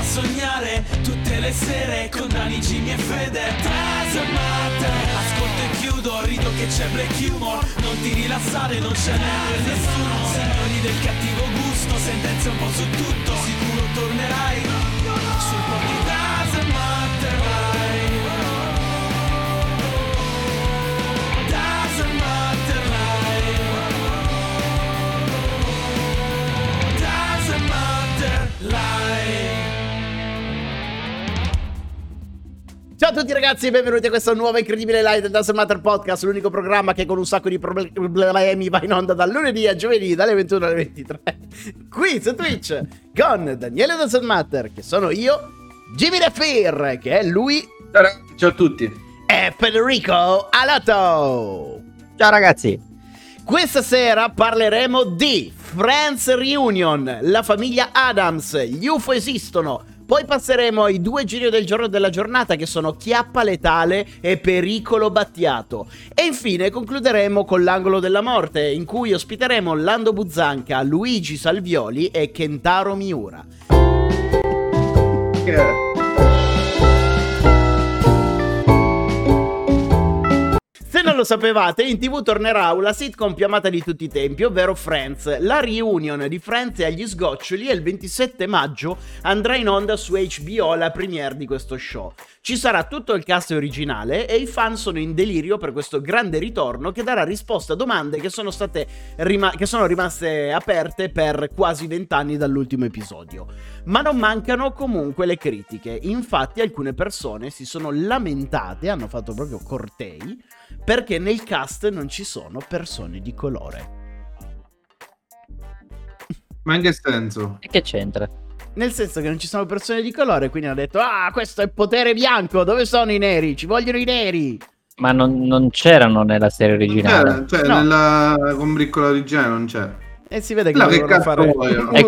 sognare tutte le sere con Dani, Jimmy e Fede. Doesn't matter. Ascolto e chiudo, rido che c'è black humor. Non ti rilassare, non ce n'è per nessuno. Signori del cattivo gusto, sentenze un po' su tutto. Sicuro tornerai sul porti. Doesn't matter mai. Doesn't matter mai. Doesn't matter mai. Ciao a tutti ragazzi e benvenuti a questa nuova incredibile live del Doesn't Matter Podcast, l'unico programma che con un sacco di problemi va in onda dal lunedì a giovedì dalle 21 alle 23 qui su Twitch con Daniele Doesn't Matter, che sono io, Jimmy Defir, che è lui, ciao a tutti, e Federico Alotto. Ciao ragazzi. Questa sera parleremo di Friends Reunion, la famiglia Addams, gli UFO esistono. Poi passeremo ai due giri del giorno della giornata, che sono chiappa letale e pericolo battiato. E infine concluderemo con l'angolo della morte, in cui ospiteremo Lando Buzzanca, Luigi Salvioli e Kentaro Miura. Se non lo sapevate, in TV tornerà una sitcom più amata di tutti i tempi, ovvero Friends. La reunion di Friends è agli sgoccioli e il 27 maggio andrà in onda su HBO la premiere di questo show. Ci sarà tutto il cast originale e i fan sono in delirio per questo grande ritorno che darà risposta a domande che sono rimaste aperte per quasi 20 anni dall'ultimo episodio. Ma non mancano comunque le critiche. Infatti alcune persone si sono lamentate, hanno fatto proprio cortei, perché nel cast non ci sono persone di colore. Ma in che senso? E che c'entra? Nel senso che non ci sono persone di colore, quindi hanno detto: ah, questo è il potere bianco, dove sono i neri? Ci vogliono i neri. Ma non c'erano nella serie originale. Cioè No. Nella combriccola originale non c'è. E si vede che No, che devono cazzo fare vogliono? un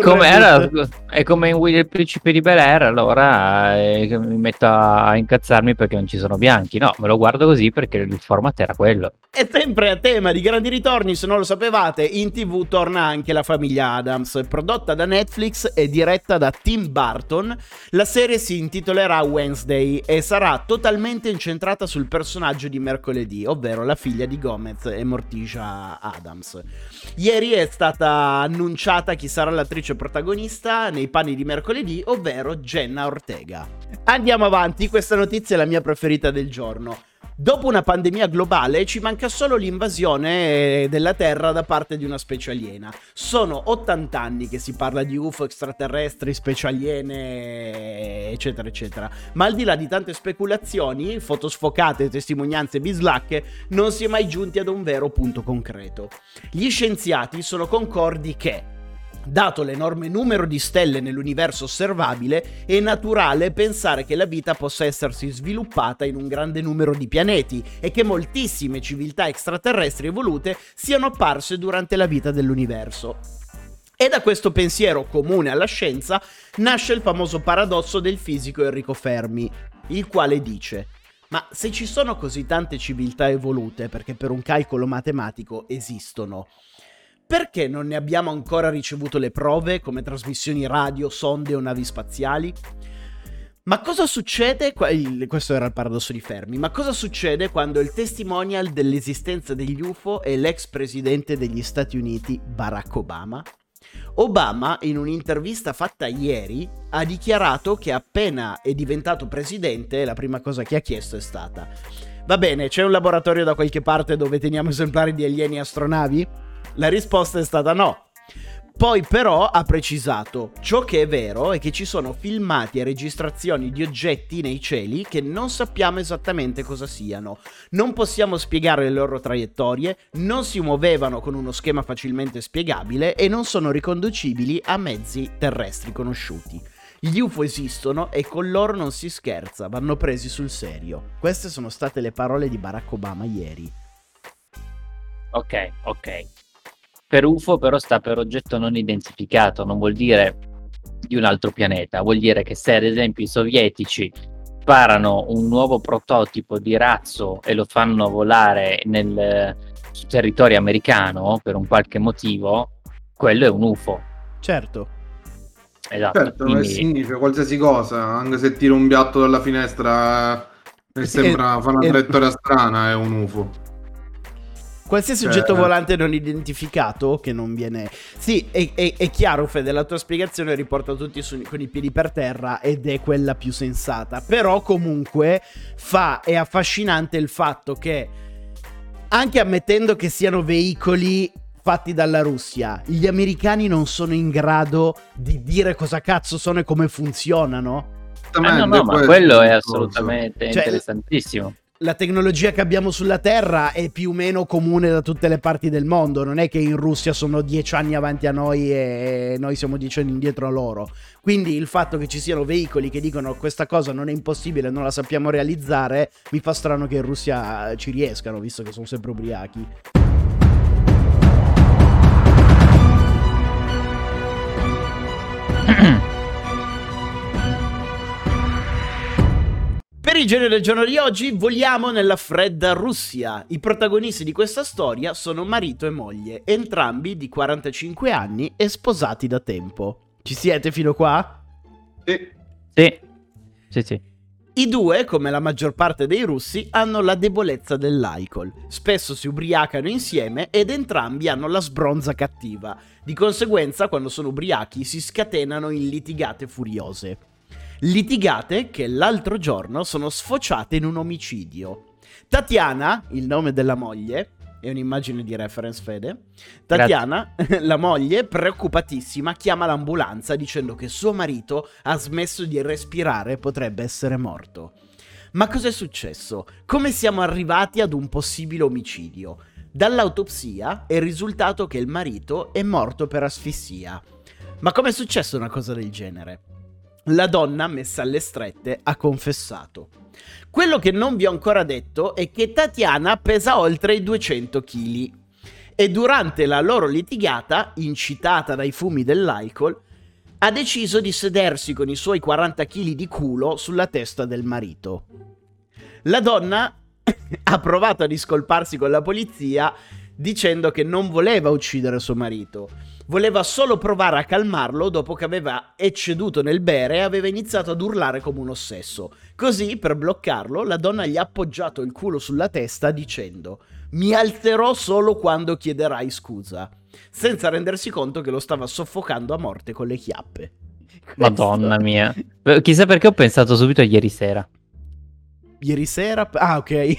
È come in Willy il principe di Bel-Air, allora mi metto a incazzarmi perché non ci sono bianchi. No, me lo guardo così perché il format era quello. E sempre a tema di grandi ritorni, se non lo sapevate, in TV torna anche la famiglia Addams, prodotta da Netflix e diretta da Tim Burton. La serie si intitolerà Wednesday e sarà totalmente incentrata sul personaggio di mercoledì, ovvero la figlia di Gomez e Morticia Addams. Ieri è stata annunciata chi sarà l'attrice protagonista nei panni di mercoledì, ovvero Jenna Ortega. Andiamo avanti, questa notizia è la mia preferita del giorno. Dopo una pandemia globale ci manca solo l'invasione della Terra da parte di una specie aliena. Sono 80 anni che si parla di UFO, extraterrestri, specie aliene, eccetera eccetera. Ma al di là di tante speculazioni, foto sfocate, testimonianze bislacche, non si è mai giunti ad un vero punto concreto. Gli scienziati sono concordi che, dato l'enorme numero di stelle nell'universo osservabile, è naturale pensare che la vita possa essersi sviluppata in un grande numero di pianeti e che moltissime civiltà extraterrestri evolute siano apparse durante la vita dell'universo. E da questo pensiero comune alla scienza nasce il famoso paradosso del fisico Enrico Fermi, il quale dice: ma se ci sono così tante civiltà evolute, perché per un calcolo matematico esistono, perché non ne abbiamo ancora ricevuto le prove come trasmissioni radio, sonde o navi spaziali? Ma cosa succede? Questo era il paradosso di Fermi. Ma cosa succede quando il testimonial dell'esistenza degli UFO è l'ex presidente degli Stati Uniti Barack Obama? Obama, in un'intervista fatta ieri, ha dichiarato che appena è diventato presidente, la prima cosa che ha chiesto è stata: va bene, c'è un laboratorio da qualche parte dove teniamo esemplari di alieni e astronavi? La risposta è stata no. Poi però ha precisato: ciò che è vero è che ci sono filmati e registrazioni di oggetti nei cieli che non sappiamo esattamente cosa siano, non possiamo spiegare le loro traiettorie, non si muovevano con uno schema facilmente spiegabile e non sono riconducibili a mezzi terrestri conosciuti. Gli UFO esistono e con loro non si scherza, vanno presi sul serio. Queste sono state le parole di Barack Obama ieri. Ok. Per UFO però sta per oggetto non identificato, non vuol dire di un altro pianeta, vuol dire che se ad esempio i sovietici sparano un nuovo prototipo di razzo e lo fanno volare sul territorio americano per un qualche motivo, quello è un UFO. Certo. Esatto, Certo, ma quindi significa qualsiasi cosa, anche se tiro un piatto dalla finestra e sembra fa una traiettoria strana, è un UFO. Qualsiasi oggetto volante non identificato che non viene... Sì, è chiaro, Fede, la tua spiegazione riporta tutti con i piedi per terra ed è quella più sensata. Però comunque è affascinante il fatto che, anche ammettendo che siano veicoli fatti dalla Russia, gli americani non sono in grado di dire cosa cazzo sono e come funzionano. no, ma quello è assolutamente interessantissimo. La tecnologia che abbiamo sulla Terra è più o meno comune da tutte le parti del mondo. Non è che in Russia sono 10 anni avanti a noi e noi siamo 10 anni indietro a loro. Quindi il fatto che ci siano veicoli che dicono questa cosa non è impossibile, non la sappiamo realizzare, mi fa strano che in Russia ci riescano, visto che sono sempre ubriachi. Per il genere del giorno di oggi voliamo nella fredda Russia. I protagonisti di questa storia sono marito e moglie, entrambi di 45 anni e sposati da tempo. Ci siete fino qua? Sì. I due, come la maggior parte dei russi, hanno la debolezza dell'alcol. Spesso si ubriacano insieme ed entrambi hanno la sbronza cattiva. Di conseguenza, quando sono ubriachi, si scatenano in litigate furiose. Litigate che l'altro giorno sono sfociate in un omicidio. Tatiana, il nome della moglie, è un'immagine di reference, Fede. Tatiana, la moglie, preoccupatissima, chiama l'ambulanza dicendo che suo marito ha smesso di respirare e potrebbe essere morto. Ma cos'è successo? Come siamo arrivati ad un possibile omicidio? Dall'autopsia è risultato che il marito è morto per asfissia. Ma com'è successo una cosa del genere? La donna, messa alle strette, ha confessato. Quello che non vi ho ancora detto è che Tatiana pesa oltre i 200 kg e durante la loro litigata, incitata dai fumi dell'alcol, ha deciso di sedersi con i suoi 40 kg di culo sulla testa del marito. La donna ha provato a discolparsi con la polizia dicendo che non voleva uccidere suo marito. Voleva solo provare a calmarlo dopo che aveva ecceduto nel bere e aveva iniziato ad urlare come un ossesso. Così, per bloccarlo, la donna gli ha appoggiato il culo sulla testa dicendo «Mi alzerò solo quando chiederai scusa», senza rendersi conto che lo stava soffocando a morte con le chiappe. Madonna mia. Chissà perché ho pensato subito a ieri sera. Ieri sera? Ah, ok.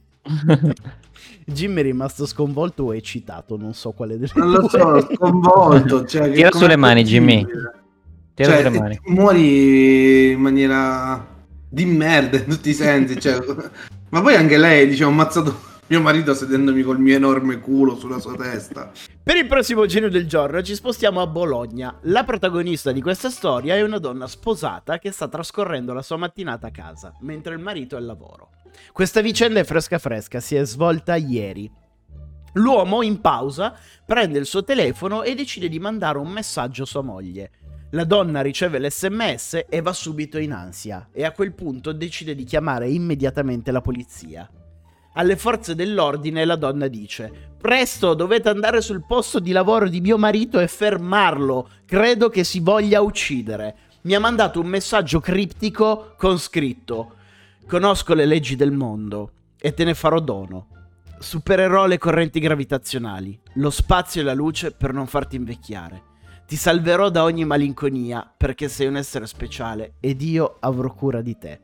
Jim è rimasto sconvolto o eccitato, non so quale delle Non lo so, sconvolto. Cioè, Tira sulle mani, Jimmy. Tira sulle mani. Muori in maniera di merda in tutti i sensi. Cioè. Ma poi anche lei, diciamo, ho ammazzato mio marito sedendomi col mio enorme culo sulla sua testa. Per il prossimo genio del giorno ci spostiamo a Bologna. La protagonista di questa storia è una donna sposata che sta trascorrendo la sua mattinata a casa, mentre il marito è al lavoro. Questa vicenda è fresca, si è svolta ieri. L'uomo, in pausa, prende il suo telefono e decide di mandare un messaggio a sua moglie. La donna riceve l'SMS e va subito in ansia, e a quel punto decide di chiamare immediatamente la polizia. Alle forze dell'ordine la donna dice: «Presto, dovete andare sul posto di lavoro di mio marito e fermarlo, credo che si voglia uccidere. Mi ha mandato un messaggio criptico con scritto: conosco le leggi del mondo e te ne farò dono. Supererò le correnti gravitazionali, lo spazio e la luce per non farti invecchiare. Ti salverò da ogni malinconia perché sei un essere speciale ed io avrò cura di te».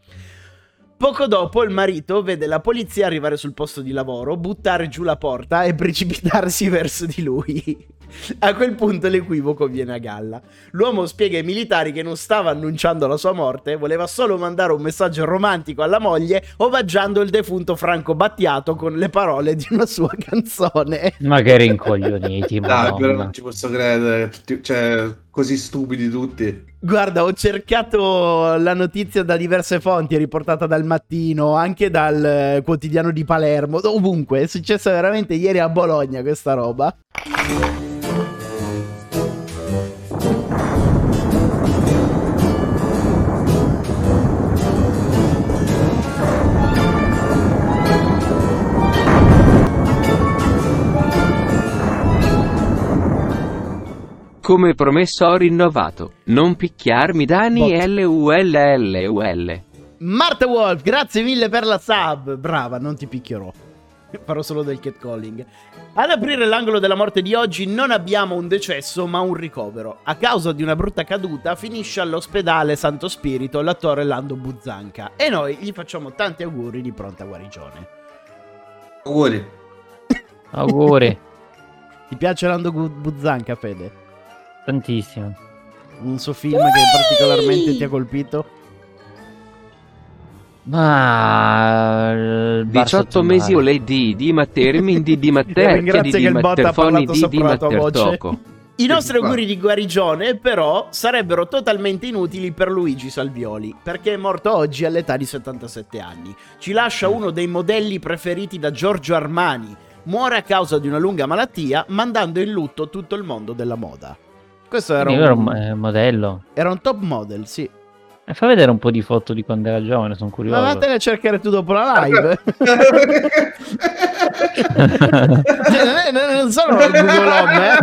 Poco dopo il marito vede la polizia arrivare sul posto di lavoro, buttare giù la porta e precipitarsi verso di lui. A quel punto l'equivoco viene a galla. L'uomo spiega ai militari che non stava annunciando la sua morte, voleva solo mandare un messaggio romantico alla moglie, ovaggiando il defunto Franco Battiato con le parole di una sua canzone. Ma che rincoglioniti, Dai, però non ci posso credere, cioè, così stupidi tutti. Guarda, ho cercato la notizia da diverse fonti, riportata dal Mattino, anche dal Quotidiano di Palermo, ovunque. È successa veramente ieri a Bologna questa roba. Come promesso ho rinnovato. Non picchiarmi Dani Bot. LULLUL. Marta Wolf, grazie mille per la sub. Brava, non ti picchierò. Farò solo del catcalling. Ad aprire l'angolo della morte di oggi non abbiamo un decesso ma un ricovero. A causa di una brutta caduta finisce all'ospedale Santo Spirito l'attore Lando Buzzanca e noi gli facciamo tanti auguri di pronta guarigione. Auguri. Auguri. Ti piace Lando Buzzanca, Fede? Tantissimo. Un suo film che particolarmente ti ha colpito? Ma 18 mesi o lei di Mattermin di Matter Ringrazio che il bot ha Matterfoni parlato di sopra la tua Matter voce. Toco. I nostri auguri di guarigione, però, sarebbero totalmente inutili per Luigi Salvioli, perché è morto oggi all'età di 77 anni. Ci lascia uno dei modelli preferiti da Giorgio Armani. Muore a causa di una lunga malattia, mandando in lutto tutto il mondo della moda. Questo era Era un un modello. era un top model, sì. Fa vedere un po' di foto di quando era giovane, sono Ma curioso. vattene a cercare tu dopo la live. Non sono Google Home,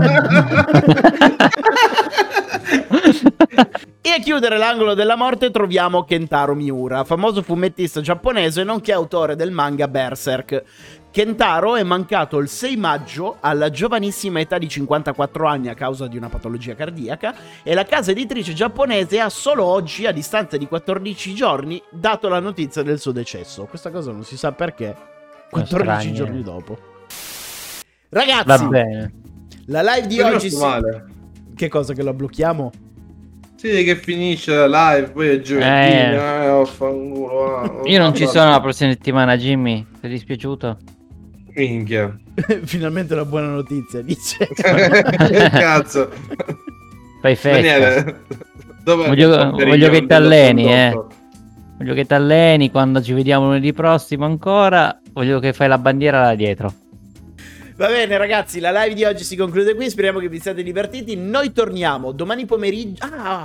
E a chiudere l'angolo della morte troviamo Kentaro Miura, famoso fumettista giapponese nonché autore del manga Berserk. Kentaro è mancato il 6 maggio alla giovanissima età di 54 anni a causa di una patologia cardiaca e la casa editrice giapponese ha solo oggi, a distanza di 14 giorni, dato la notizia del suo decesso. Questa cosa non si sa perché, 14 giorni dopo. Ragazzi, Va bene. la live di Non oggi... sto male. Che cosa, che lo blocchiamo? Sì, che finisce la live, poi è giovedì. Vaffanculo, Io non ci sono la prossima settimana, Jimmy. Ti è dispiaciuto? Minchia. Finalmente una buona notizia, dice. Che cazzo. Fai festa. Daniele, dov'è Voglio il pomeriggio che ti alleni, dell'88? Voglio che ti alleni quando ci vediamo lunedì prossimo ancora. Voglio che fai la bandiera là dietro. Va bene ragazzi, la live di oggi si conclude qui, speriamo che vi siate divertiti. Noi torniamo domani pomeriggio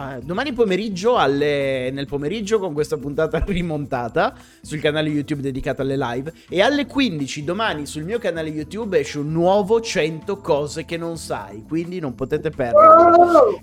nel pomeriggio con questa puntata rimontata sul canale YouTube dedicato alle live, e alle 15 domani sul mio canale YouTube esce un nuovo 100 cose che non sai, quindi non potete perderlo.